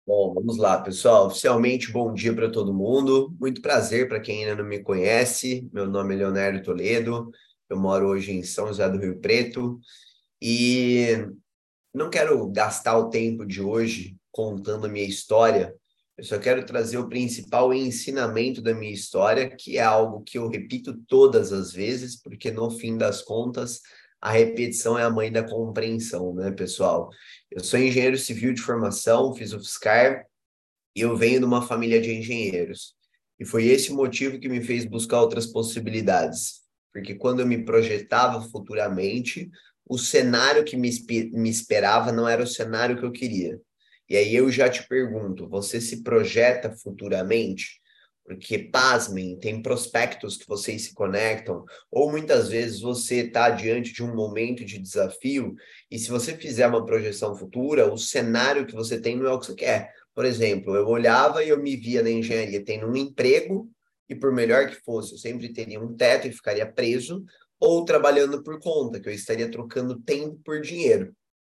Bom, vamos lá, pessoal. Oficialmente, bom dia para todo mundo. Muito prazer para quem ainda não me conhece. Meu nome é Leonardo Toledo. Eu moro hoje em São José do Rio Preto e não quero gastar o tempo de hoje contando a minha história. Eu só quero trazer o principal ensinamento da minha história, que é algo que eu repito todas as vezes, porque no fim das contas, a repetição é a mãe da compreensão, né, pessoal? Eu sou engenheiro civil de formação, fiz o UFSCar e eu venho de uma família de engenheiros. E foi esse o motivo que me fez buscar outras possibilidades. Porque quando eu me projetava futuramente, o cenário que me esperava não era o cenário que eu queria. E aí eu já te pergunto, você se projeta futuramente? Porque, pasmem, tem prospectos que vocês se conectam, ou muitas vezes você está diante de um momento de desafio, e se você fizer uma projeção futura, o cenário que você tem não é o que você quer. Por exemplo, eu olhava e eu me via na engenharia tendo um emprego, e por melhor que fosse, eu sempre teria um teto e ficaria preso, ou trabalhando por conta, que eu estaria trocando tempo por dinheiro.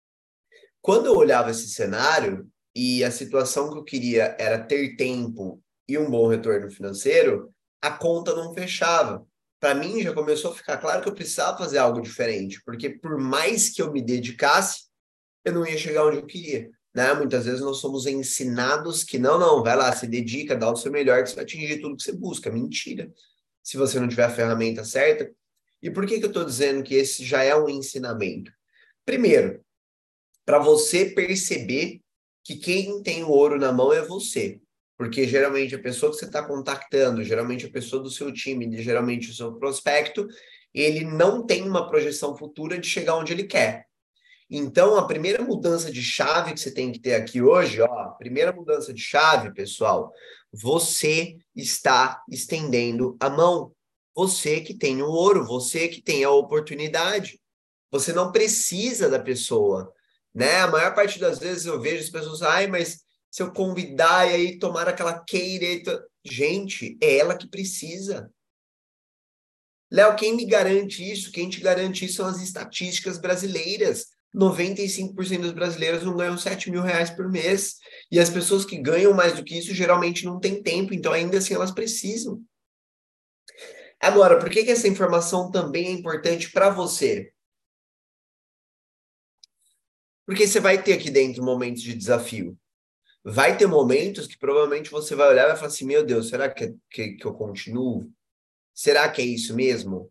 Quando eu olhava esse cenário e a situação que eu queria era ter tempo e um bom retorno financeiro, a conta não fechava. Para mim já começou a ficar claro que eu precisava fazer algo diferente, porque por mais que eu me dedicasse, eu não ia chegar onde eu queria. Né? Muitas vezes nós somos ensinados que não, vai lá, se dedica, dá o seu melhor, que você vai atingir tudo que você busca. Mentira. Se você não tiver a ferramenta certa. E por que eu estou dizendo que esse já é um ensinamento? Primeiro, para você perceber que quem tem o ouro na mão é você. Porque geralmente a pessoa que você está contactando, geralmente a pessoa do seu time, geralmente o seu prospecto, ele não tem uma projeção futura de chegar onde ele quer. Então, a primeira mudança de chave que você tem que ter aqui hoje, ó, a primeira mudança de chave, pessoal, você está estendendo a mão. Você que tem o ouro, você que tem a oportunidade. Você não precisa da pessoa, né? A maior parte das vezes eu vejo as pessoas, ai, mas se eu convidar e aí tomar aquela queira, gente, é ela que precisa. Léo, quem me garante isso? Quem te garante isso são as estatísticas brasileiras. 95% dos brasileiros não ganham R$ 7.000 por mês. E as pessoas que ganham mais do que isso geralmente não têm tempo, então ainda assim elas precisam. Agora, por que essa informação também é importante para você? Porque você vai ter aqui dentro momentos de desafio. Vai ter momentos que provavelmente você vai olhar e vai falar assim: meu Deus, será que eu continuo? Será que é isso mesmo?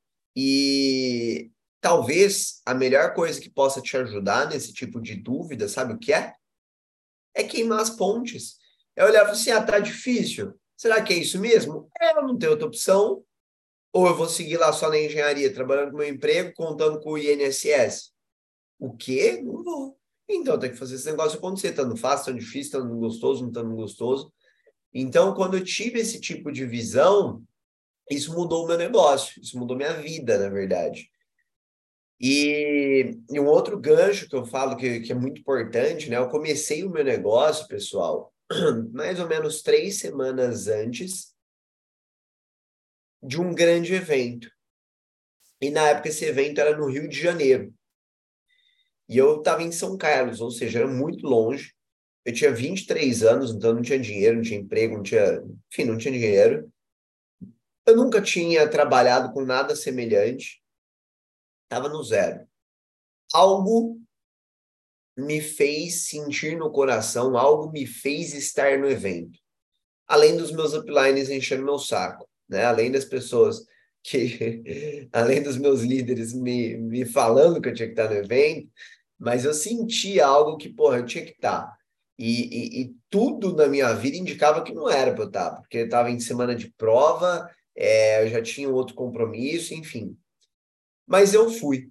E talvez a melhor coisa que possa te ajudar nesse tipo de dúvida, sabe o que é? É queimar as pontes. É olhar e falar assim: ah, tá difícil. Será que é isso mesmo? Eu não tenho outra opção. Ou eu vou seguir lá só na engenharia, trabalhando com meu emprego, contando com o INSS. O quê? Não vou. Então tem que fazer esse negócio acontecer. Tanto fácil, tão difícil, tanto gostoso, não tanto gostoso. Então, quando eu tive esse tipo de visão, isso mudou o meu negócio, isso mudou minha vida, na verdade. E um outro gancho que eu falo que é muito importante, né? Eu comecei o meu negócio, pessoal, mais ou menos 3 semanas antes de um grande evento. E na época esse evento era no Rio de Janeiro. E eu estava em São Carlos, ou seja, era muito longe. Eu tinha 23 anos, então não tinha dinheiro, não tinha emprego, não tinha, enfim, não tinha dinheiro. Eu nunca tinha trabalhado com nada semelhante, estava no zero. Algo me fez sentir no coração, algo me fez estar no evento. Além dos meus uplines enchendo meu saco, né? Além das pessoas que, além dos meus líderes me falando que eu tinha que estar no evento, mas eu senti algo que, porra, eu tinha que estar. E tudo na minha vida indicava que não era para eu estar, porque eu estava em semana de prova, eu já tinha um outro compromisso, enfim. Mas eu fui.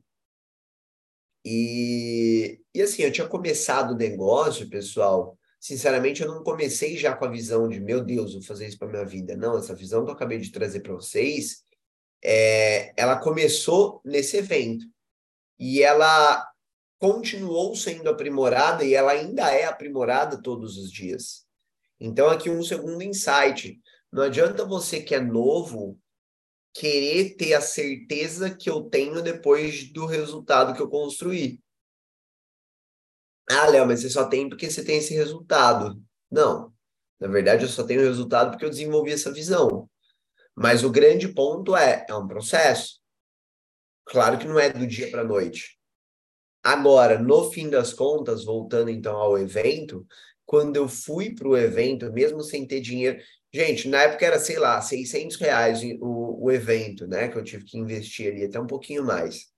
E assim, eu tinha começado o negócio, pessoal. Sinceramente, eu não comecei já com a visão de, meu Deus, vou fazer isso para minha vida. Não, essa visão que eu acabei de trazer para vocês, ela começou nesse evento. E ela continuou sendo aprimorada e ela ainda é aprimorada todos os dias. Então, aqui um segundo insight. Não adianta você que é novo querer ter a certeza que eu tenho depois do resultado que eu construí. Ah, Léo, mas você só tem porque você tem esse resultado. Não. Na verdade, eu só tenho resultado porque eu desenvolvi essa visão. Mas o grande ponto é um processo. Claro que não é do dia para a noite. Agora, no fim das contas, voltando então ao evento, quando eu fui para o evento, mesmo sem ter dinheiro, gente, na época era, sei lá, R$ 600 o evento, né? Que eu tive que investir ali, até um pouquinho mais.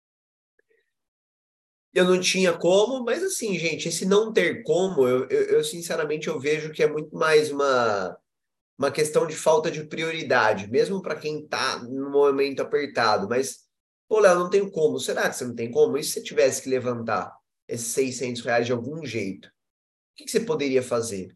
Eu não tinha como, mas assim, gente, esse não ter como, eu sinceramente eu vejo que é muito mais uma questão de falta de prioridade, mesmo para quem está no momento apertado. Mas, pô, Léo, não tenho como. Será que você não tem como? E se você tivesse que levantar esses R$ 600 de algum jeito? O que você poderia fazer?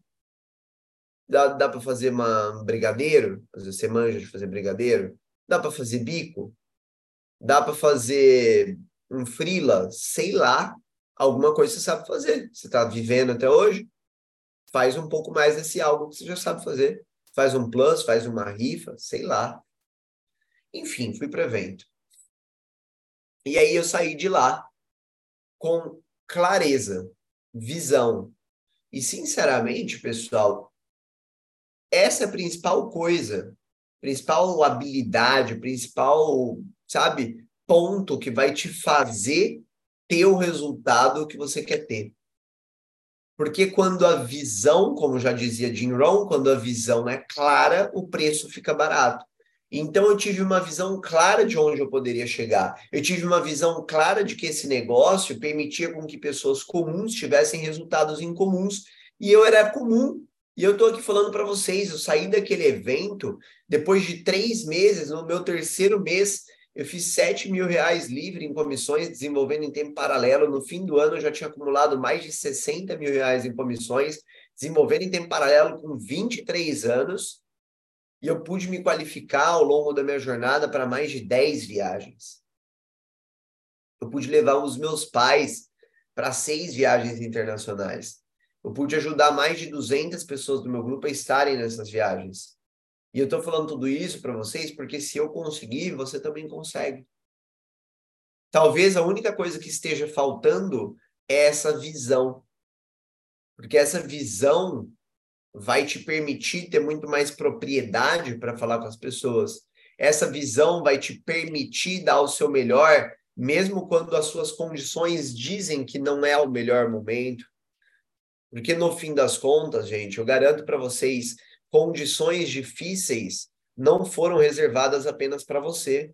Dá para fazer um brigadeiro? Você manja de fazer brigadeiro? Dá para fazer bico? Dá para fazer um freela? Sei lá. Alguma coisa você sabe fazer. Você está vivendo até hoje? Faz um pouco mais desse algo que você já sabe fazer. Faz um plus, faz uma rifa, sei lá. Enfim, fui para o evento. E aí eu saí de lá com clareza, visão. E sinceramente, pessoal, essa é a principal coisa, principal habilidade, principal, sabe, ponto que vai te fazer ter o resultado que você quer ter. Porque quando a visão, como já dizia Jim Rohn, quando a visão é clara, o preço fica barato. Então eu tive uma visão clara de onde eu poderia chegar. Eu tive uma visão clara de que esse negócio permitia com que pessoas comuns tivessem resultados incomuns. E eu era comum. E eu estou aqui falando para vocês, eu saí daquele evento, depois de 3 meses, no meu terceiro mês, eu fiz R$ 7.000 livre em comissões, desenvolvendo em tempo paralelo. No fim do ano, eu já tinha acumulado mais de R$ 60.000 em comissões, desenvolvendo em tempo paralelo com 23 anos. E eu pude me qualificar ao longo da minha jornada para mais de 10 viagens. Eu pude levar os meus pais para 6 viagens internacionais. Eu pude ajudar mais de 200 pessoas do meu grupo a estarem nessas viagens. E eu estou falando tudo isso para vocês porque se eu conseguir, você também consegue. Talvez a única coisa que esteja faltando é essa visão, porque essa visão vai te permitir ter muito mais propriedade para falar com as pessoas. Essa visão vai te permitir dar o seu melhor, mesmo quando as suas condições dizem que não é o melhor momento. Porque no fim das contas, gente, eu garanto para vocês, condições difíceis não foram reservadas apenas para você.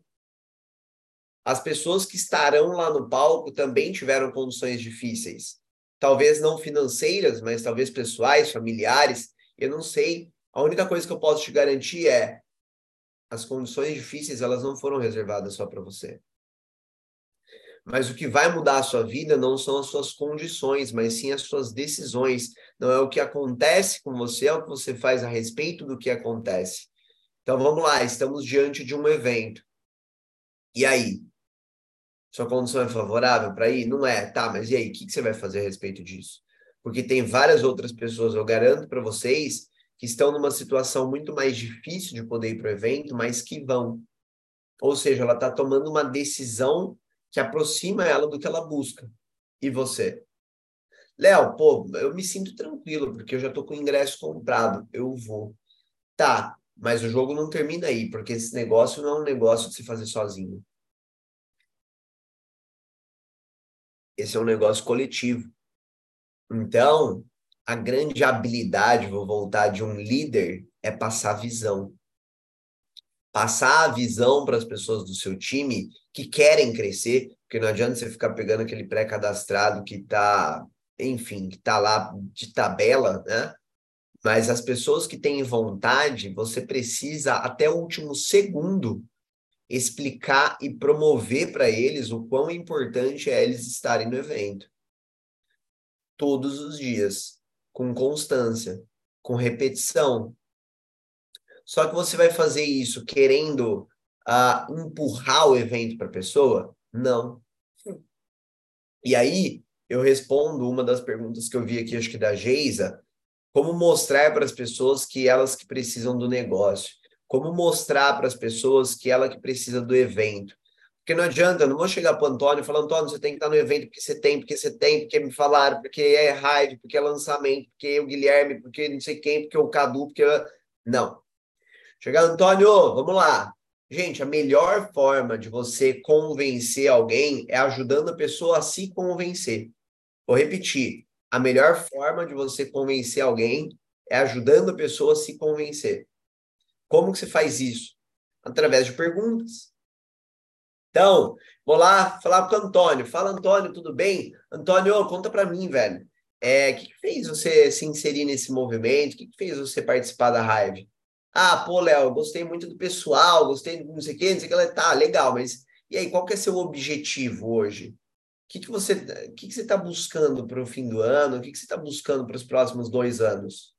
As pessoas que estarão lá no palco também tiveram condições difíceis. Talvez não financeiras, mas talvez pessoais, familiares, eu não sei. A única coisa que eu posso te garantir é as condições difíceis, elas não foram reservadas só para você. Mas o que vai mudar a sua vida não são as suas condições, mas sim as suas decisões. Não é o que acontece com você, é o que você faz a respeito do que acontece. Então vamos lá, estamos diante de um evento. E aí? Sua condição é favorável para ir? Não é. Tá, mas e aí? O que você vai fazer a respeito disso? Porque tem várias outras pessoas, eu garanto para vocês, que estão numa situação muito mais difícil de poder ir para o evento, mas que vão. Ou seja, ela está tomando uma decisão que aproxima ela do que ela busca. E você? Léo, pô, eu me sinto tranquilo, porque eu já estou com o ingresso comprado. Eu vou. Tá, mas o jogo não termina aí, porque esse negócio não é um negócio de se fazer sozinho. Esse é um negócio coletivo. Então, a grande habilidade, vou voltar, de um líder é passar a visão. Passar a visão para as pessoas do seu time que querem crescer, porque não adianta você ficar pegando aquele pré-cadastrado que está, enfim, que está lá de tabela, né? Mas as pessoas que têm vontade, você precisa, até o último segundo, explicar e promover para eles o quão importante é eles estarem no evento. Todos os dias, com constância, com repetição. Só que você vai fazer isso querendo empurrar o evento para a pessoa? Não. E aí, eu respondo uma das perguntas que eu vi aqui, acho que da Geisa, como mostrar para as pessoas que elas que precisam do negócio? Como mostrar para as pessoas que ela que precisa do evento? Porque não adianta, eu não vou chegar para o Antônio e falar, Antônio, você tem que estar no evento porque você tem, porque me falaram, porque é raid, porque é lançamento, porque o Guilherme, porque não sei quem, porque o Cadu, porque... Não. Chegar, Antônio, vamos lá. Gente, a melhor forma de você convencer alguém é ajudando a pessoa a se convencer. Vou repetir. A melhor forma de você convencer alguém é ajudando a pessoa a se convencer. Como que você faz isso? Através de perguntas. Então, vou lá falar com o Antônio. Fala, Antônio, tudo bem? Antônio, conta para mim, velho. O que fez você se inserir nesse movimento? O que fez você participar da Hive? Ah, pô, Léo, eu gostei muito do pessoal, gostei de não sei o quê, não sei o que. Tá, legal, mas e aí, qual que é seu objetivo hoje? O que você está buscando para o fim do ano? O que você está buscando para os próximos 2 anos?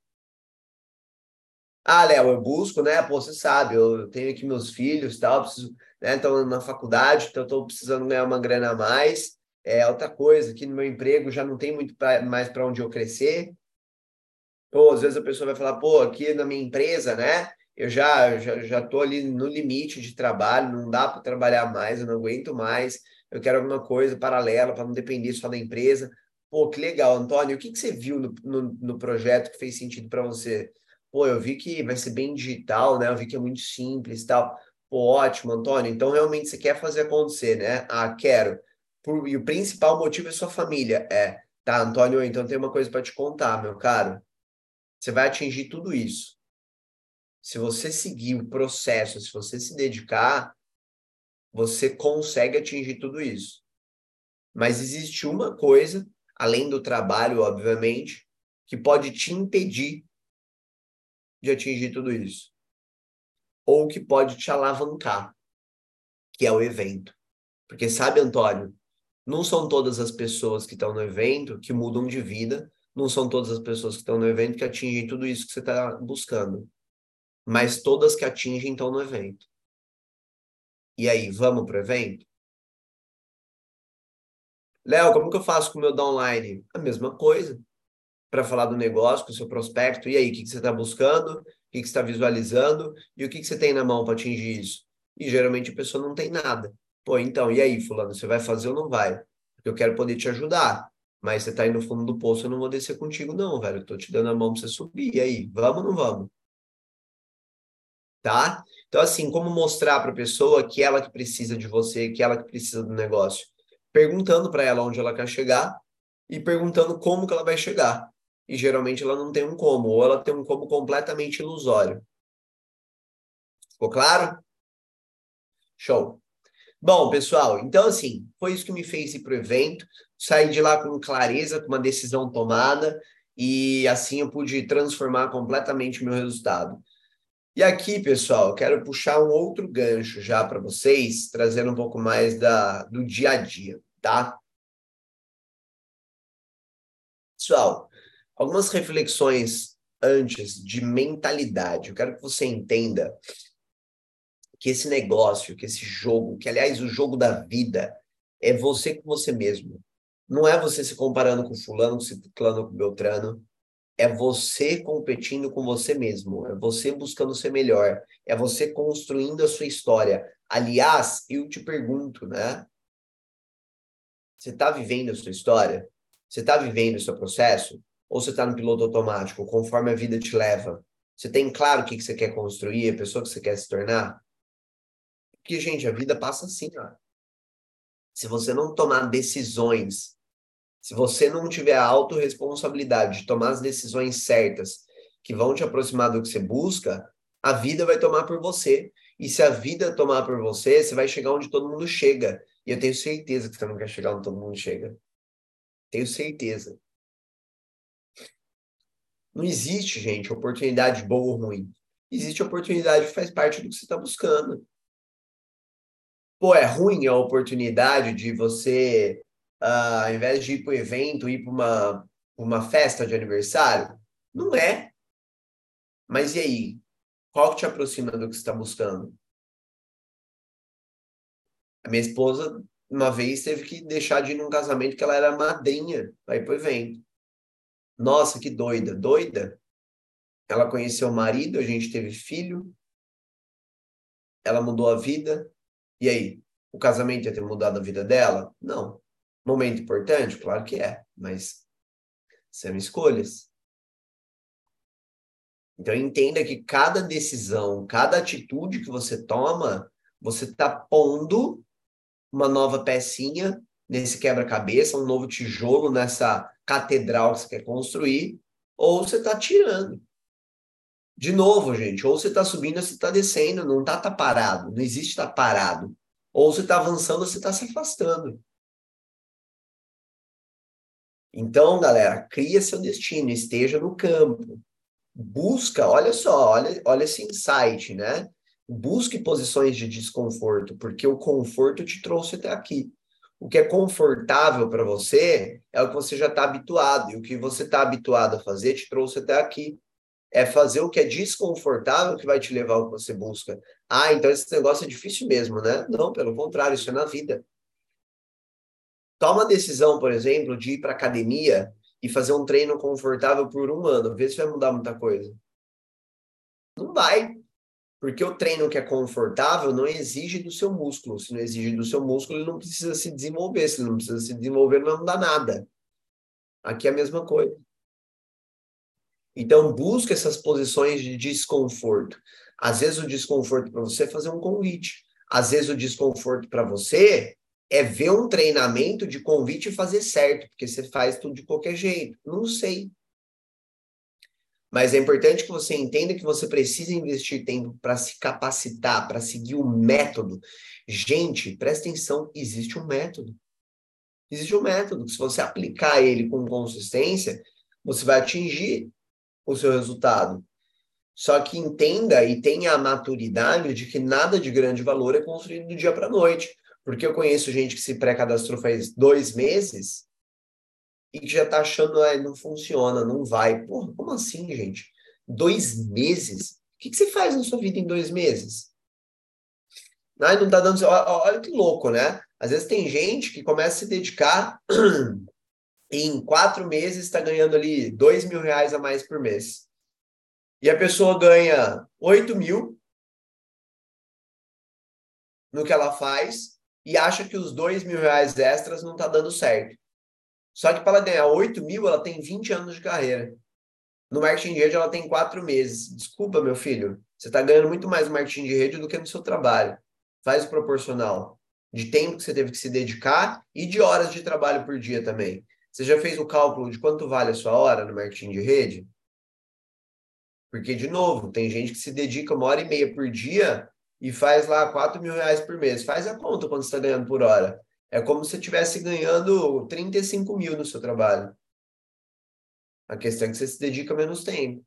Ah, Léo, eu busco, né? Pô, você sabe, eu tenho aqui meus filhos e tal, preciso, né? Estão na faculdade, então estou precisando ganhar uma grana a mais. É outra coisa, aqui no meu emprego já não tem muito mais para onde eu crescer. Pô, às vezes a pessoa vai falar, pô, aqui na minha empresa, né? Eu já tô ali no limite de trabalho, não dá para trabalhar mais, eu não aguento mais. Eu quero alguma coisa paralela para não depender só da empresa. Pô, que legal, Antônio. O que você viu no projeto que fez sentido para você? Pô, eu vi que vai ser bem digital, né? Eu vi que é muito simples e tal. Pô, ótimo, Antônio. Então realmente você quer fazer acontecer, né? Ah, quero. E o principal motivo é sua família. É, tá, Antônio, então tem uma coisa para te contar, meu caro. Você vai atingir tudo isso. Se você seguir o processo, se você se dedicar, você consegue atingir tudo isso. Mas existe uma coisa, além do trabalho, obviamente, que pode te impedir de atingir tudo isso. Ou que pode te alavancar, que é o evento. Porque sabe, Antônio, não são todas as pessoas que estão no evento que mudam de vida, não são todas as pessoas que estão no evento que atingem tudo isso que você está buscando. Mas todas que atingem estão no evento. E aí, vamos pro evento? Léo, como que eu faço com o meu downline? A mesma coisa, para falar do negócio, com o seu prospecto. E aí, o que que você está buscando? O que que você está visualizando? E o que que você tem na mão para atingir isso? E geralmente a pessoa não tem nada. Pô, então, e aí, fulano, você vai fazer ou não vai? Porque eu quero poder te ajudar. Mas você está aí no fundo do poço, eu não vou descer contigo, não, velho. Eu tô te dando a mão para você subir. E aí, vamos ou não vamos? Tá? Então, assim, como mostrar para a pessoa que ela que precisa de você, que ela que precisa do negócio? Perguntando para ela onde ela quer chegar e perguntando como que ela vai chegar. E geralmente ela não tem um como, ou ela tem um como completamente ilusório. Ficou claro? Show. Bom, pessoal, então assim, foi isso que me fez ir para o evento. Saí de lá com clareza, com uma decisão tomada, e assim eu pude transformar completamente o meu resultado. E aqui, pessoal, eu quero puxar um outro gancho já para vocês, trazendo um pouco mais do dia a dia, tá? Pessoal, algumas reflexões antes de mentalidade. Eu quero que você entenda que esse negócio, que esse jogo, que aliás o jogo da vida, é você com você mesmo. Não é você se comparando com fulano, com ciclano, com beltrano. É você competindo com você mesmo. É você buscando ser melhor. É você construindo a sua história. Aliás, eu te pergunto, né? Você está vivendo a sua história? Você está vivendo o seu processo? Ou você está no piloto automático, conforme a vida te leva? Você tem claro o que você quer construir, a pessoa que você quer se tornar? Porque, gente, a vida passa assim, ó. Se você não tomar decisões, se você não tiver a autorresponsabilidade de tomar as decisões certas que vão te aproximar do que você busca, a vida vai tomar por você. E se a vida tomar por você, você vai chegar onde todo mundo chega. E eu tenho certeza que você não quer chegar onde todo mundo chega. Tenho certeza. Não existe, gente, oportunidade boa ou ruim. Existe oportunidade que faz parte do que você está buscando. Pô, é ruim a oportunidade de você, ao invés de ir para o evento, ir para uma festa de aniversário? Não é. Mas e aí? Qual que te aproxima do que você está buscando? A minha esposa, uma vez, teve que deixar de ir num casamento que ela era madrinha para ir para o evento. Nossa, que doida. Doida? Ela conheceu o marido, a gente teve filho, ela mudou a vida. E aí? O casamento ia ter mudado a vida dela? Não. Momento importante? Claro que é, mas são escolhas. Então entenda que cada decisão, cada atitude que você toma, você está pondo uma nova pecinha nesse quebra-cabeça, um novo tijolo nessa catedral que você quer construir, ou você está tirando. De novo, gente, ou você está subindo ou você está descendo, não tá parado, não existe estar parado. Ou você está avançando ou você está se afastando. Então, galera, cria seu destino, esteja no campo. Busca, olha só, olha esse insight, né? Busque posições de desconforto, porque o conforto te trouxe até aqui. O que é confortável para você é o que você já está habituado, e o que você está habituado a fazer te trouxe até aqui. É fazer o que é desconfortável que vai te levar ao que você busca. Ah, então esse negócio é difícil mesmo, né? Não, pelo contrário, isso é na vida. Toma a decisão, por exemplo, de ir para academia e fazer um treino confortável por um ano. Vê se vai mudar muita coisa. Não vai, porque o treino que é confortável não exige do seu músculo. Se não exige do seu músculo, ele não precisa se desenvolver. Se ele não precisa se desenvolver, não vai mudar nada. Aqui é a mesma coisa. Então, busca essas posições de desconforto. Às vezes, o desconforto para você é fazer um convite. Às vezes, o desconforto para você é ver um treinamento de convite e fazer certo, porque você faz tudo de qualquer jeito. Não sei. Mas é importante que você entenda que você precisa investir tempo para se capacitar, para seguir o método. Gente, presta atenção, existe um método. Existe um método que, se você aplicar ele com consistência, você vai atingir o seu resultado. Só que entenda e tenha a maturidade de que nada de grande valor é construído do dia para a noite. Porque eu conheço gente que se pré-cadastrou faz 2 meses e que já está achando, ah, não funciona, não vai. Porra, como assim, gente? 2 meses? O que você faz na sua vida em 2 meses? Ah, não tá dando. Olha que louco, né? Às vezes tem gente que começa a se dedicar e em 4 meses está ganhando ali R$ 2.000 a mais por mês. E a pessoa ganha 8.000 no que ela faz e acha que os R$ 2.000 extras não tá dando certo. Só que para ela ganhar 8.000, ela tem 20 anos de carreira. No marketing de rede, ela tem 4 meses. Desculpa, meu filho. Você está ganhando muito mais no marketing de rede do que no seu trabalho. Faz o proporcional de tempo que você teve que se dedicar e de horas de trabalho por dia também. Você já fez o cálculo de quanto vale a sua hora no marketing de rede? Porque, de novo, tem gente que se dedica 1 hora e meia por dia e faz lá R$ 4.000 por mês. Faz a conta quanto você está ganhando por hora. É como se você estivesse ganhando 35.000 no seu trabalho. A questão é que você se dedica menos tempo.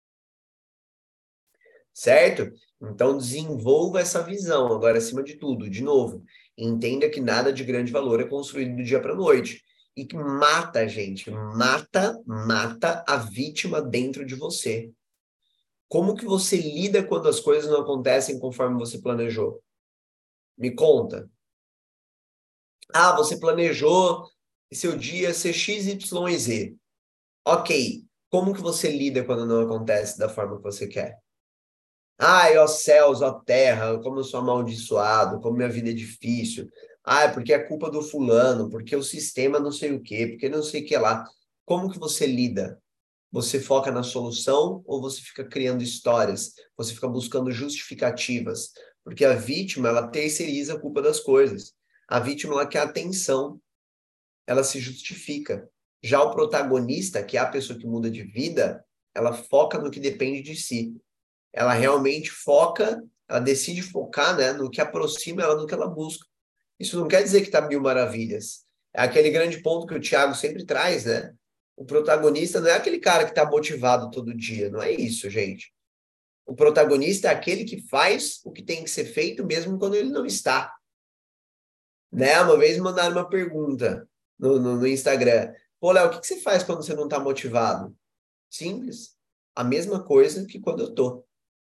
Certo? Então, desenvolva essa visão. Agora, acima de tudo, de novo, entenda que nada de grande valor é construído do dia para a noite. E que mata, gente, mata a vítima dentro de você. Como que você lida quando as coisas não acontecem conforme você planejou? Me conta. Ah, você planejou seu dia ser X, Y e Z. Ok. Como que você lida quando não acontece da forma que você quer? Ai, ó céus, ó terra, como eu sou amaldiçoado, como minha vida é difícil. Ah, porque é culpa do fulano, porque o sistema não sei o quê, porque não sei o que lá. Como que você lida? Você foca na solução ou você fica criando histórias? Você fica buscando justificativas? Porque a vítima, ela terceiriza a culpa das coisas. A vítima, ela quer atenção, ela se justifica. Já o protagonista, que é a pessoa que muda de vida, ela foca no que depende de si. Ela realmente foca, ela decide focar, né, no que aproxima ela do que ela busca. Isso não quer dizer que está mil maravilhas. É aquele grande ponto que o Thiago sempre traz, né? O protagonista não é aquele cara que está motivado todo dia, não é isso, gente. O protagonista é aquele que faz o que tem que ser feito mesmo quando ele não está. Né? Uma vez me mandaram uma pergunta no Instagram. Pô, Léo, o que você faz quando você não está motivado? Simples. A mesma coisa que quando eu tô.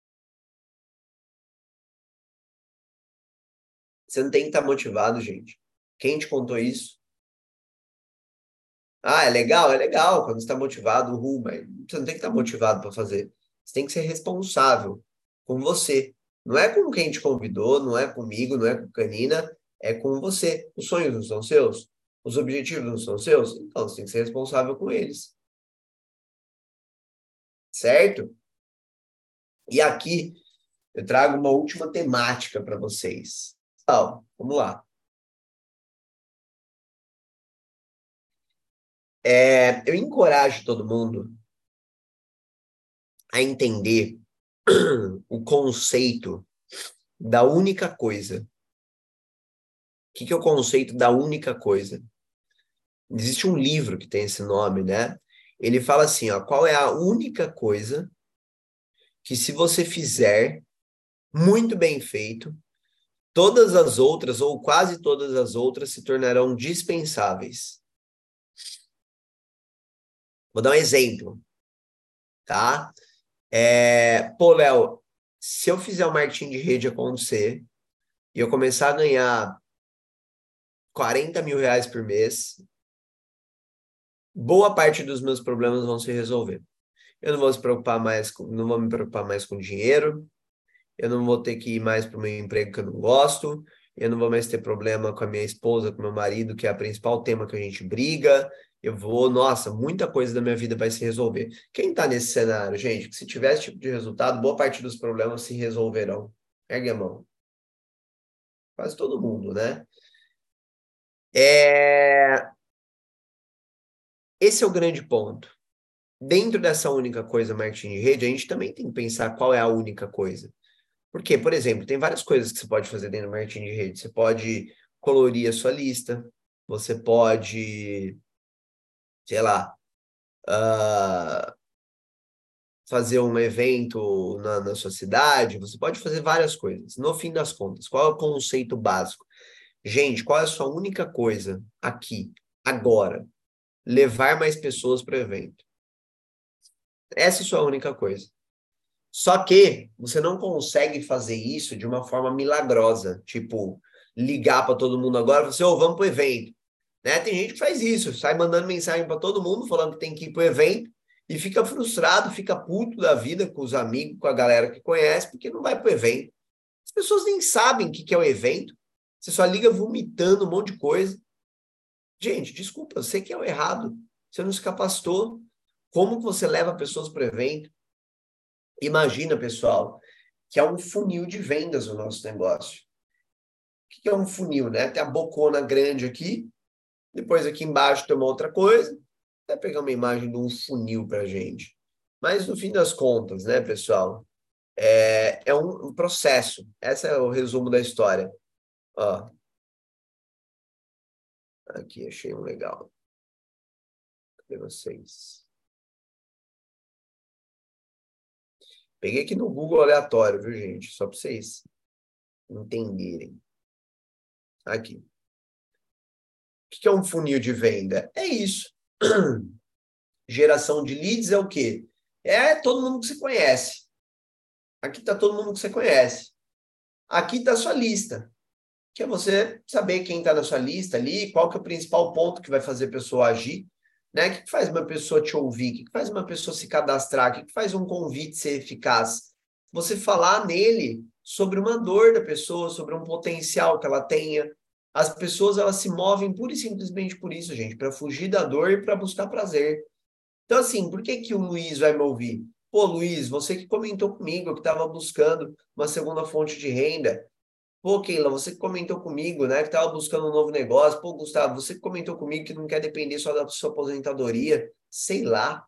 Você não tem que estar motivado, gente. Quem te contou isso? Ah, é legal? É legal quando você está motivado, mas você não tem que estar motivado para fazer. Você tem que ser responsável com você. Não é com quem te convidou, não é comigo, não é com Canina, é com você. Os sonhos não são seus? Os objetivos não são seus? Então, você tem que ser responsável com eles. Certo? E aqui eu trago uma última temática para vocês. Então, vamos lá. Eu encorajo todo mundo a entender o conceito da única coisa. O que é o conceito da única coisa? Existe um livro que tem esse nome, né? Ele fala assim, ó, qual é a única coisa que se você fizer muito bem feito, todas as outras, ou quase todas as outras, se tornarão dispensáveis. Vou dar um exemplo, tá? Pô, Léo, se eu fizer o marketing de rede acontecer e eu começar a ganhar 40 mil reais por mês, boa parte dos meus problemas vão se resolver. Eu não vou se preocupar mais não vou me preocupar mais com dinheiro, eu não vou ter que ir mais para o meu emprego que eu não gosto, eu não vou mais ter problema com a minha esposa, com o meu marido, que é o principal tema que a gente briga. Nossa, muita coisa da minha vida vai se resolver. Quem tá nesse cenário, gente, que se tiver esse tipo de resultado, boa parte dos problemas se resolverão. Ergue a mão. Quase todo mundo, né? Esse é o grande ponto. Dentro dessa única coisa, marketing de rede, a gente também tem que pensar qual é a única coisa. Porque, por exemplo, tem várias coisas que você pode fazer dentro do marketing de rede. Você pode colorir a sua lista, você pode, sei lá, fazer um evento na sua cidade, você pode fazer várias coisas. No fim das contas, qual é o conceito básico? Gente, qual é a sua única coisa aqui, agora? Levar mais pessoas para o evento. Essa é a sua única coisa. Só que você não consegue fazer isso de uma forma milagrosa, tipo, ligar para todo mundo agora e falar assim, ô, vamos pro evento. Né? Tem gente que faz isso, sai mandando mensagem para todo mundo falando que tem que ir pro evento e fica frustrado, fica puto da vida com os amigos, com a galera que conhece, porque não vai pro evento. As pessoas nem sabem o que é o evento. Você só liga vomitando um monte de coisa. Gente, desculpa, eu sei que é o errado. Você não se capacitou. Como que você leva pessoas para o evento? Imagina, pessoal, que é um funil de vendas o nosso negócio. O que é um funil, né? Tem a bocona grande aqui, depois aqui embaixo tem uma outra coisa. Vou pegar uma imagem de um funil para a gente. Mas no fim das contas, né, pessoal, é um processo. Esse é o resumo da história. Ó, aqui achei um legal. Cadê vocês? Peguei aqui no Google aleatório, viu, gente? Só para vocês entenderem. Aqui. O que é um funil de venda? É isso. Geração de leads é o quê? É todo mundo que você conhece. Aqui está todo mundo que você conhece. Aqui está a sua lista, que é você saber quem está na sua lista ali, qual que é o principal ponto que vai fazer a pessoa agir, né? O que faz uma pessoa te ouvir? O que faz uma pessoa se cadastrar? O que faz um convite ser eficaz? Você falar nele sobre uma dor da pessoa, sobre um potencial que ela tenha. As pessoas, elas se movem pura e simplesmente por isso, gente, para fugir da dor e para buscar prazer. Então, assim, por que que o Luiz vai me ouvir? Pô, Luiz, você que comentou comigo que estava buscando uma segunda fonte de renda. Pô, Keila, você que comentou comigo, né, que estava buscando um novo negócio. Pô, Gustavo, você que comentou comigo que não quer depender só da sua aposentadoria. Sei lá.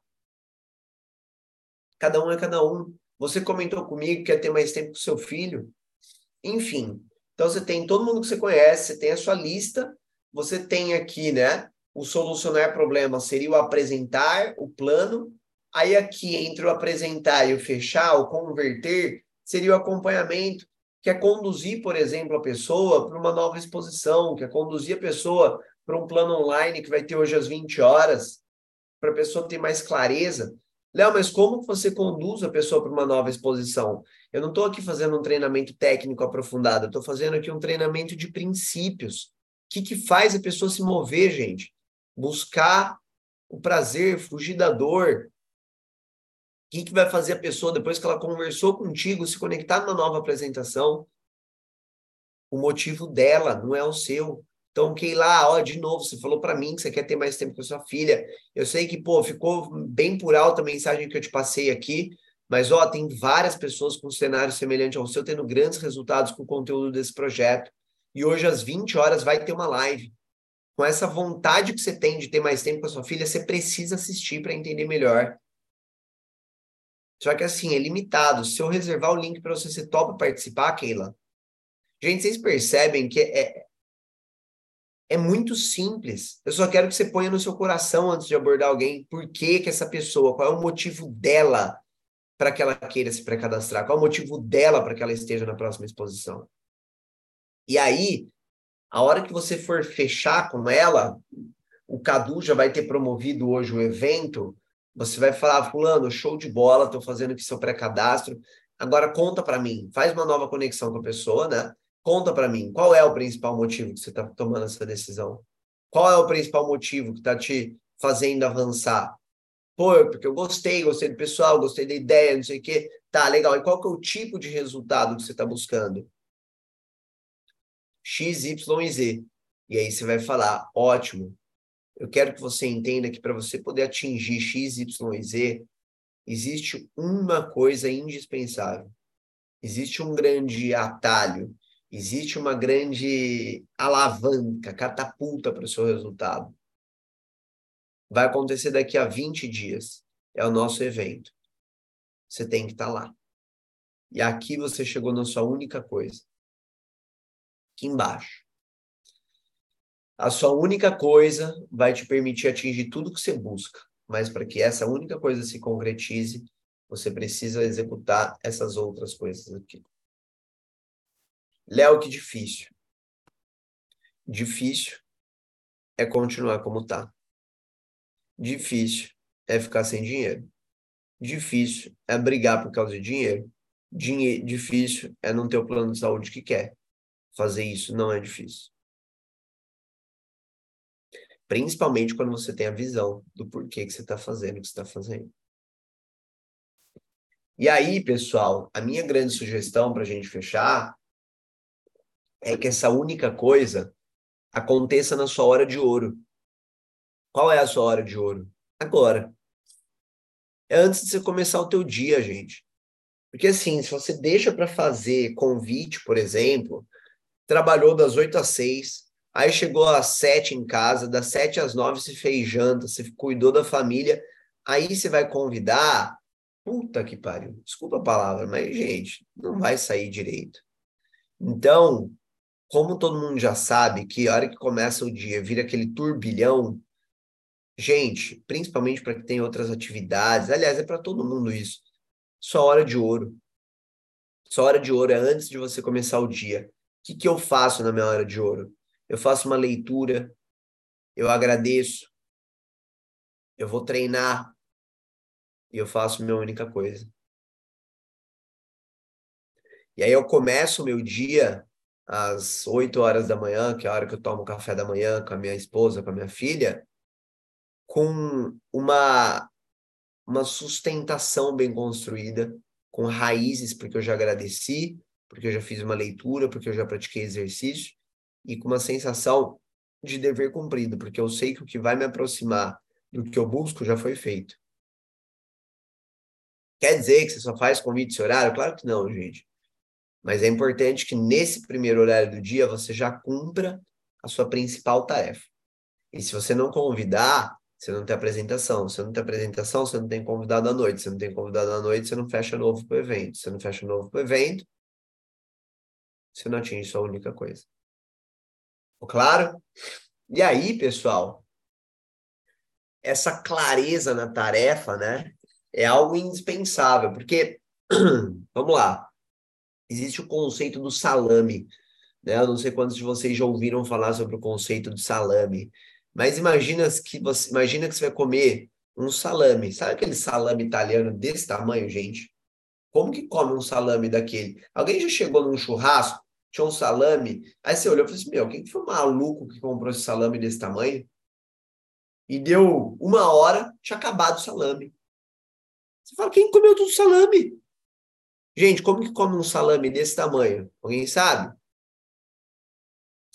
Cada um é cada um. Você comentou comigo que quer ter mais tempo com seu filho. Enfim. Então, você tem todo mundo que você conhece, você tem a sua lista, você tem aqui, né, o solucionar problemas seria o apresentar o plano. Aí, aqui, entre o apresentar e o fechar, o converter, seria o acompanhamento, que é conduzir, por exemplo, a pessoa para uma nova exposição, que é conduzir a pessoa para um plano online que vai ter hoje às 20 horas, para a pessoa ter mais clareza. Léo, mas como você conduz a pessoa para uma nova exposição? Eu não estou aqui fazendo um treinamento técnico aprofundado, eu estou fazendo aqui um treinamento de princípios. O que faz a pessoa se mover, gente? Buscar o prazer, fugir da dor. O que vai fazer a pessoa, depois que ela conversou contigo, se conectar numa nova apresentação? O motivo dela não é o seu. Então, Keila, ó, de novo, você falou para mim que você quer ter mais tempo com a sua filha. Eu sei que, pô, ficou bem por alto a mensagem que eu te passei aqui, mas, ó, tem várias pessoas com cenário semelhante ao seu tendo grandes resultados com o conteúdo desse projeto. E hoje, às 20 horas, vai ter uma live. Com essa vontade que você tem de ter mais tempo com a sua filha, você precisa assistir para entender melhor. Só que, assim, é limitado. Se eu reservar o link para você, você topa participar, Keila? Gente, vocês percebem que é muito simples. Eu só quero que você ponha no seu coração antes de abordar alguém por que que essa pessoa, qual é o motivo dela para que ela queira se pré-cadastrar, qual é o motivo dela para que ela esteja na próxima exposição. E aí, a hora que você for fechar com ela, o Cadu já vai ter promovido hoje o evento, você vai falar, fulano, show de bola, estou fazendo aqui seu pré-cadastro, agora conta para mim, faz uma nova conexão com a pessoa, né? Conta para mim, qual é o principal motivo que você está tomando essa decisão? Qual é o principal motivo que está te fazendo avançar? Pô, porque eu gostei do pessoal, gostei da ideia, não sei o quê. Tá, legal. E qual que é o tipo de resultado que você está buscando? X, Y e Z. E aí você vai falar, ótimo, eu quero que você entenda que para você poder atingir X, Y e Z, existe uma coisa indispensável. Existe um grande atalho, existe uma grande alavanca, catapulta para o seu resultado. Vai acontecer daqui a 20 dias. É o nosso evento. Você tem que estar lá. E aqui você chegou na sua única coisa. Aqui embaixo. A sua única coisa vai te permitir atingir tudo que você busca. Mas para que essa única coisa se concretize, você precisa executar essas outras coisas aqui. Léo, que difícil. Difícil é continuar como está. Difícil é ficar sem dinheiro. Difícil é brigar por causa de dinheiro. Difícil é não ter o plano de saúde que quer. Fazer isso não é difícil. Principalmente quando você tem a visão do porquê que você está fazendo o que você está fazendo. E aí, pessoal, a minha grande sugestão para a gente fechar é que essa única coisa aconteça na sua hora de ouro. Qual é a sua hora de ouro? Agora. É antes de você começar o teu dia, gente. Porque assim, se você deixa para fazer convite, por exemplo, trabalhou das 8 às 6, aí chegou às 7 em casa, das 7 às 9 se fez janta, se cuidou da família, aí você vai convidar, puta que pariu, desculpa a palavra, mas gente, não vai sair direito. Então, como todo mundo já sabe que a hora que começa o dia vira aquele turbilhão, gente, principalmente para quem tem outras atividades, aliás, é para todo mundo isso. Sua hora de ouro. Sua hora de ouro é antes de você começar o dia. O que que eu faço na minha hora de ouro? Eu faço uma leitura, eu agradeço, eu vou treinar e eu faço minha única coisa. E aí eu começo o meu dia às 8 horas da manhã, que é a hora que eu tomo café da manhã com a minha esposa, com a minha filha, com uma sustentação bem construída, com raízes, porque eu já agradeci, porque eu já fiz uma leitura, porque eu já pratiquei exercício, e com uma sensação de dever cumprido, porque eu sei que o que vai me aproximar do que eu busco já foi feito. Quer dizer que você só faz convite esse horário? Claro que não, gente. Mas é importante que nesse primeiro horário do dia você já cumpra a sua principal tarefa. E se você não convidar, você não tem apresentação. Se você não tem apresentação, você não tem convidado à noite. Se não tem convidado à noite, você não fecha novo para o evento. Se você não fecha novo para o evento, você não atinge sua única coisa. Claro? E aí, pessoal, essa clareza na tarefa, né, é algo indispensável, porque, vamos lá, existe o conceito do salame, né? Eu não sei quantos de vocês já ouviram falar sobre o conceito do salame, mas imagina que você vai comer um salame. Sabe aquele salame italiano desse tamanho, gente? Como que come um salame daquele? Alguém já chegou num churrasco, tinha um salame, aí você olhou e falou assim, meu, quem que foi o maluco que comprou esse salame desse tamanho? E deu 1 hora, tinha acabado o salame. Você fala, quem comeu todo o salame? Gente, como que come um salame desse tamanho? Alguém sabe?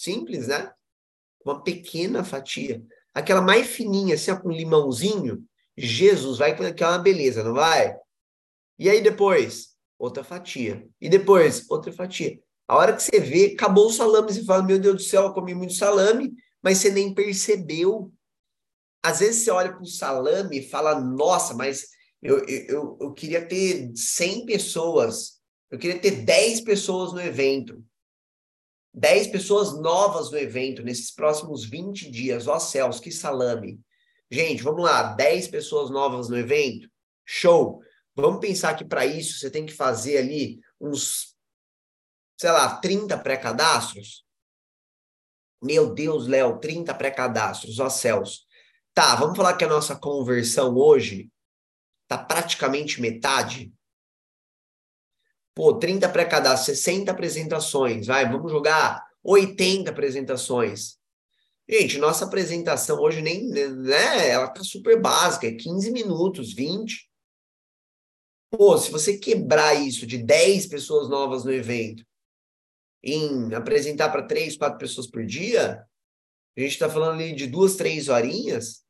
Simples, né? Uma pequena fatia. Aquela mais fininha, assim, ó, com limãozinho. Jesus, vai que é uma beleza, não vai? E aí depois, outra fatia. E depois, outra fatia. A hora que você vê, acabou o salame, você fala, meu Deus do céu, eu comi muito salame, mas você nem percebeu. Às vezes você olha para o salame e fala, nossa, mas eu queria ter 100 pessoas, eu queria ter 10 pessoas no evento, 10 pessoas novas no evento, nesses próximos 20 dias. Ó céus, que salame. Gente, vamos lá, 10 pessoas novas no evento? Show! Vamos pensar que para isso você tem que fazer ali uns, sei lá, 30 pré-cadastros? Meu Deus, Léo, 30 pré-cadastros, ó céus. Tá, vamos falar que a nossa conversão hoje tá praticamente metade. Pô, 30 pré-cadastros, 60 apresentações, vai, vamos jogar 80 apresentações. Gente, nossa apresentação hoje nem, né, ela tá super básica, é 15 minutos, 20. Pô, se você quebrar isso de 10 pessoas novas no evento, em apresentar para 3, 4 pessoas por dia, a gente está falando ali de 2, 3 horinhas,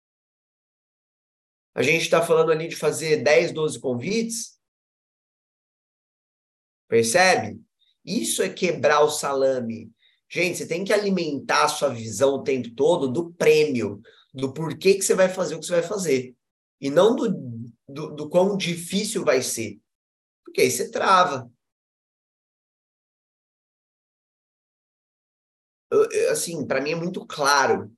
a gente está falando ali de fazer 10, 12 convites, percebe? Isso é quebrar o salame. Gente, você tem que alimentar a sua visão o tempo todo do prêmio, do porquê que você vai fazer o que você vai fazer. E não do quão difícil vai ser. Porque aí você trava. Assim, para mim é muito claro.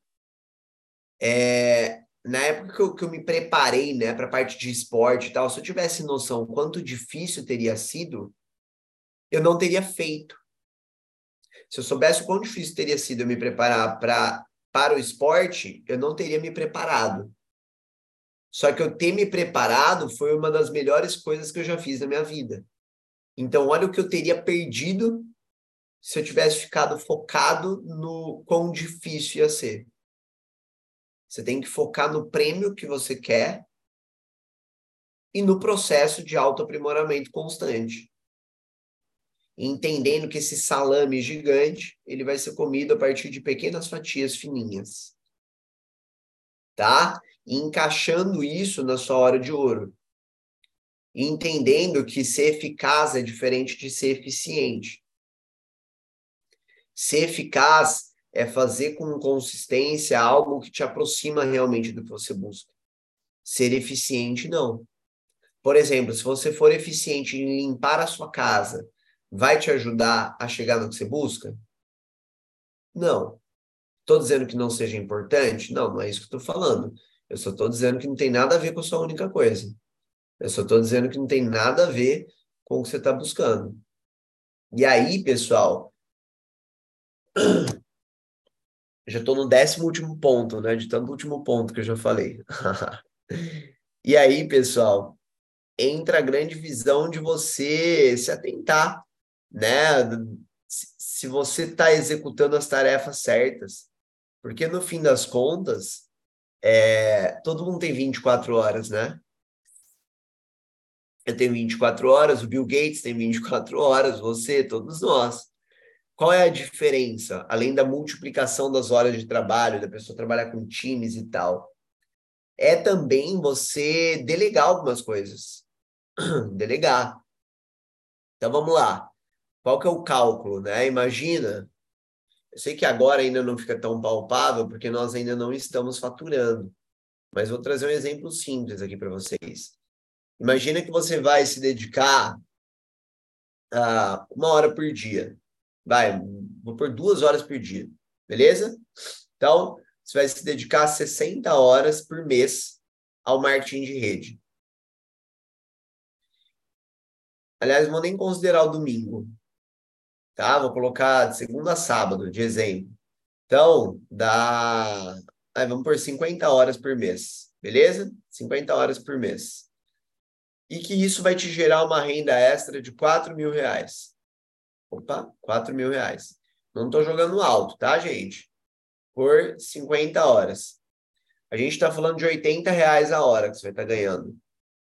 Na época que eu me preparei, né, para a parte de esporte e tal, se eu tivesse noção quanto difícil teria sido, eu não teria feito. Se eu soubesse o quão difícil teria sido eu me preparar para o esporte, eu não teria me preparado. Só que eu ter me preparado foi uma das melhores coisas que eu já fiz na minha vida. Então, olha o que eu teria perdido se eu tivesse ficado focado no quão difícil ia ser. Você tem que focar no prêmio que você quer e no processo de autoaprimoramento constante. Entendendo que esse salame gigante, ele vai ser comido a partir de pequenas fatias fininhas. Tá? E encaixando isso na sua hora de ouro. E entendendo que ser eficaz é diferente de ser eficiente. Ser eficaz é fazer com consistência algo que te aproxima realmente do que você busca. Ser eficiente, não. Por exemplo, se você for eficiente em limpar a sua casa, vai te ajudar a chegar no que você busca? Não. Estou dizendo que não seja importante? Não, não é isso que eu estou falando. Eu só estou dizendo que não tem nada a ver com a sua única coisa. Eu só estou dizendo que não tem nada a ver com o que você está buscando. E aí, pessoal, já estou no 10º último ponto, né? De tanto último ponto que eu já falei. E aí, pessoal, entra a grande visão de você se atentar, né? Se você está executando as tarefas certas. Porque no fim das contas, todo mundo tem 24 horas, né? Eu tenho 24 horas, o Bill Gates tem 24 horas, você, todos nós. Qual é a diferença, além da multiplicação das horas de trabalho, da pessoa trabalhar com times e tal? É também você delegar algumas coisas. Delegar. Então vamos lá. Qual que é o cálculo, né? Imagina, eu sei que agora ainda não fica tão palpável porque nós ainda não estamos faturando, mas vou trazer um exemplo simples aqui para vocês. Imagina que você vai se dedicar a 1 hora por dia. Vai, vou por 2 horas por dia, beleza? Então, você vai se dedicar 60 horas por mês ao marketing de rede. Aliás, não vou nem considerar o domingo, tá? Vou colocar de segunda a sábado, de exemplo. Então, vamos por 50 horas por mês, beleza? 50 horas por mês. E que isso vai te gerar uma renda extra de R$ 4.000. Opa, R$ 4.000. Não estou jogando alto, tá, gente? Por 50 horas. A gente está falando de R$ 80 a hora que você vai estar ganhando.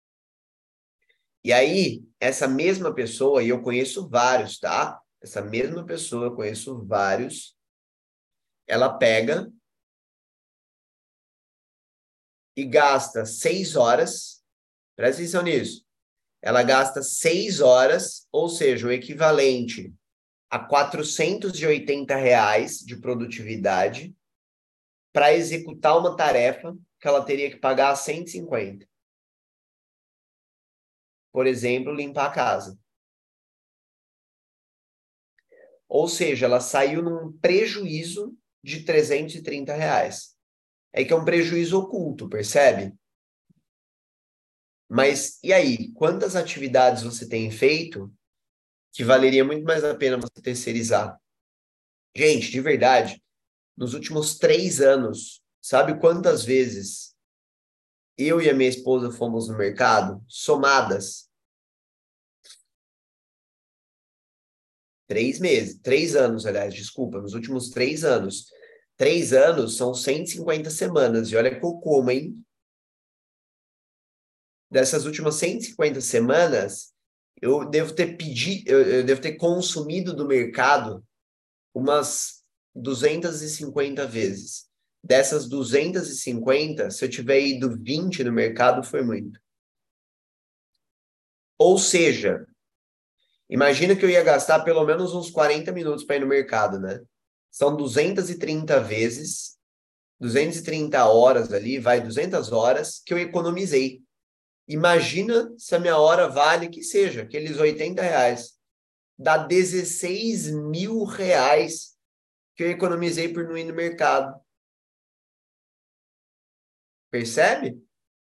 E aí, essa mesma pessoa, e eu conheço vários, tá? Essa mesma pessoa, eu conheço vários, ela pega e gasta 6 horas, presta atenção nisso, ela gasta 6 horas, ou seja, o equivalente a R$ 480 de produtividade para executar uma tarefa que ela teria que pagar 150. Por exemplo, limpar a casa. Ou seja, ela saiu num prejuízo de R$ 330. É que é um prejuízo oculto, percebe? Mas e aí, quantas atividades você tem feito que valeria muito mais a pena você terceirizar? Gente, de verdade, nos últimos 3 anos, sabe quantas vezes eu e a minha esposa fomos no mercado? Somadas, 3 meses, 3 anos, aliás, desculpa, nos últimos 3 anos. 3 anos são 150 semanas, e olha que eu como, hein? Dessas últimas 150 semanas, eu devo ter consumido do mercado umas 250 vezes. Dessas 250, se eu tiver ido 20 no mercado, foi muito. Ou seja, imagina que eu ia gastar pelo menos uns 40 minutos para ir no mercado, né? São 230 vezes, 230 horas ali, vai 200 horas que eu economizei. Imagina se a minha hora vale que seja, aqueles R$ 80. Dá R$ 16.000 que eu economizei por não ir no mercado. Percebe?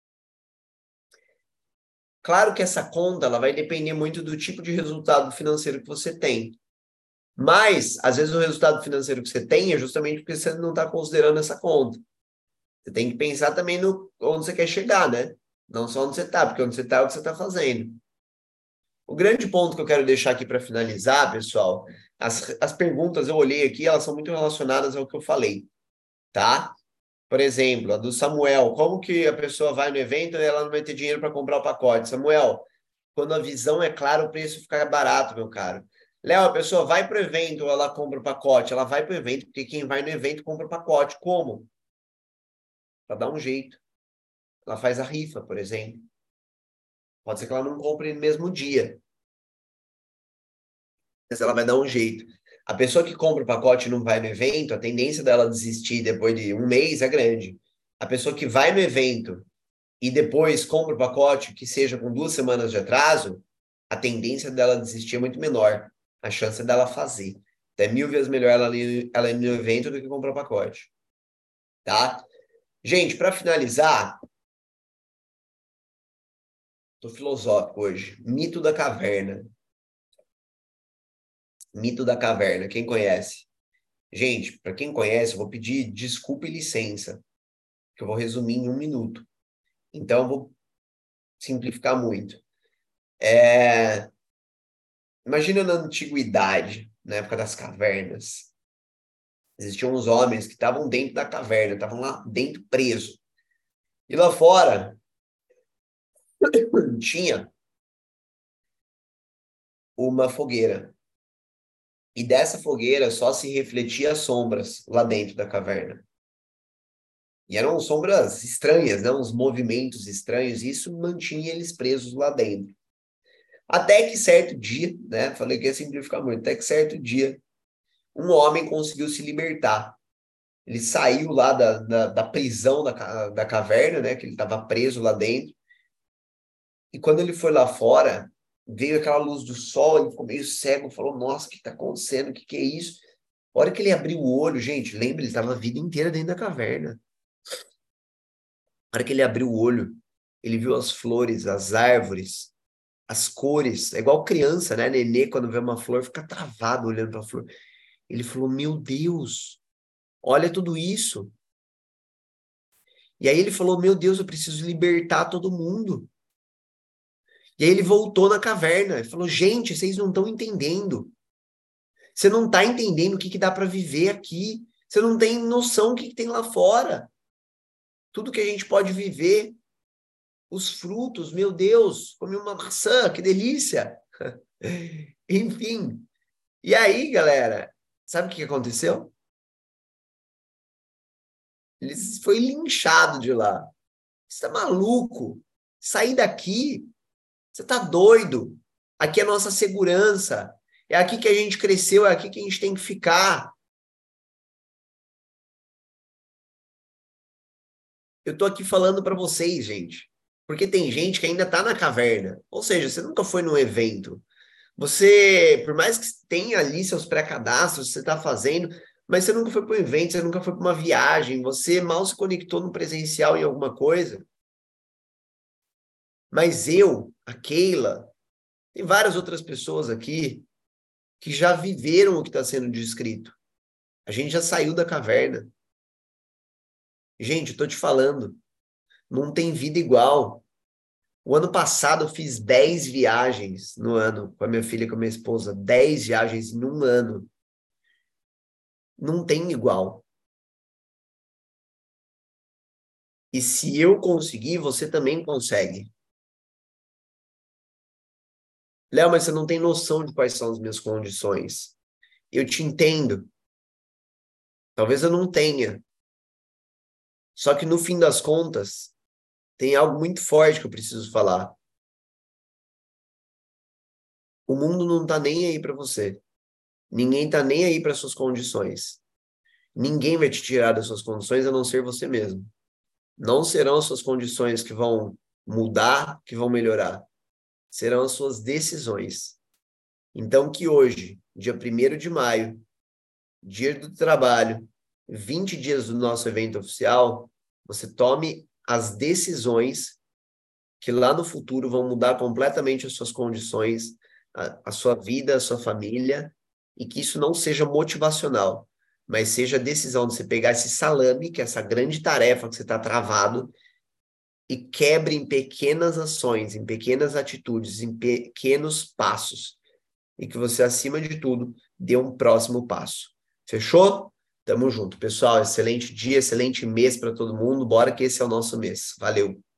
Claro que essa conta ela vai depender muito do tipo de resultado financeiro que você tem. Mas, às vezes, o resultado financeiro que você tem é justamente porque você não está considerando essa conta. Você tem que pensar também no onde você quer chegar, né? Não só onde você está, porque onde você está é o que você está fazendo. O grande ponto que eu quero deixar aqui para finalizar, pessoal, as perguntas eu olhei aqui, elas são muito relacionadas ao que eu falei, tá? Por exemplo, a do Samuel, como que a pessoa vai no evento e ela não vai ter dinheiro para comprar o pacote? Samuel, quando a visão é clara, o preço fica barato, meu caro. Léo, a pessoa vai para o evento ou ela compra o pacote? Ela vai para o evento porque quem vai no evento compra o pacote. Como? Para dar um jeito. Ela faz a rifa, por exemplo. Pode ser que ela não compre no mesmo dia, mas ela vai dar um jeito. A pessoa que compra o pacote e não vai no evento, a tendência dela desistir depois de um mês é grande. A pessoa que vai no evento e depois compra o pacote, que seja com 2 semanas de atraso, a tendência dela desistir é muito menor. A chance dela fazer. Então, é 1000 vezes melhor ela ir no evento do que comprar o pacote. Tá? Gente, para finalizar, tô filosófico hoje. Mito da caverna. Mito da caverna. Quem conhece? Gente, para quem conhece, eu vou pedir desculpa e licença, que eu vou resumir em 1 minuto. Então, eu vou simplificar muito. Imagina na antiguidade, na época das cavernas, existiam uns homens que estavam dentro da caverna, estavam lá dentro presos. E lá fora tinha uma fogueira. E dessa fogueira só se refletia as sombras lá dentro da caverna. E eram sombras estranhas, né? Uns movimentos estranhos, e isso mantinha eles presos lá dentro. Até que certo dia, né? Falei que ia simplificar muito. Até que certo dia, um homem conseguiu se libertar. Ele saiu lá da prisão da caverna, né? Que ele estava preso lá dentro. E quando ele foi lá fora, veio aquela luz do sol, ele ficou meio cego, falou: Nossa, o que está acontecendo? O que é isso? A hora que ele abriu o olho, gente, lembra, ele estava a vida inteira dentro da caverna. A hora que ele abriu o olho, ele viu as flores, as árvores, as cores. É igual criança, né? Nenê, quando vê uma flor, fica travado olhando para a flor. Ele falou: Meu Deus, olha tudo isso. E aí ele falou: Meu Deus, eu preciso libertar todo mundo. E aí ele voltou na caverna e falou: Gente, vocês não estão entendendo. Você não está entendendo o que dá para viver aqui. Você não tem noção do que tem lá fora. Tudo que a gente pode viver. Os frutos, meu Deus, comi uma maçã, que delícia. Enfim. E aí, galera, sabe o que aconteceu? Ele foi linchado de lá. Você tá maluco? Sair daqui? Você tá doido? Aqui é a nossa segurança. É aqui que a gente cresceu, é aqui que a gente tem que ficar. Eu tô aqui falando para vocês, gente. Porque tem gente que ainda tá na caverna. Ou seja, você nunca foi num evento. Você, por mais que tenha ali seus pré-cadastros, você tá fazendo, mas você nunca foi para um evento, você nunca foi para uma viagem, você mal se conectou no presencial em alguma coisa. Mas eu, a Keila, tem várias outras pessoas aqui que já viveram o que está sendo descrito. A gente já saiu da caverna. Gente, eu tô te falando, não tem vida igual. O ano passado eu fiz 10 viagens no ano com a minha filha e com a minha esposa. 10 viagens num ano. Não tem igual. E se eu conseguir, você também consegue. Léo, mas você não tem noção de quais são as minhas condições. Eu te entendo. Talvez eu não tenha. Só que no fim das contas, tem algo muito forte que eu preciso falar. O mundo não tá nem aí para você. Ninguém tá nem aí para suas condições. Ninguém vai te tirar das suas condições a não ser você mesmo. Não serão as suas condições que vão mudar, que vão melhorar. Serão as suas decisões. Então, que hoje, dia 1º de maio, dia do trabalho, 20 dias do nosso evento oficial, você tome as decisões que lá no futuro vão mudar completamente as suas condições, a sua vida, a sua família, e que isso não seja motivacional, mas seja a decisão de você pegar esse salame, que é essa grande tarefa que você está travado, e quebre em pequenas ações, em pequenas atitudes, em pequenos passos. E que você, acima de tudo, dê um próximo passo. Fechou? Tamo junto, pessoal. Excelente dia, excelente mês para todo mundo. Bora que esse é o nosso mês. Valeu!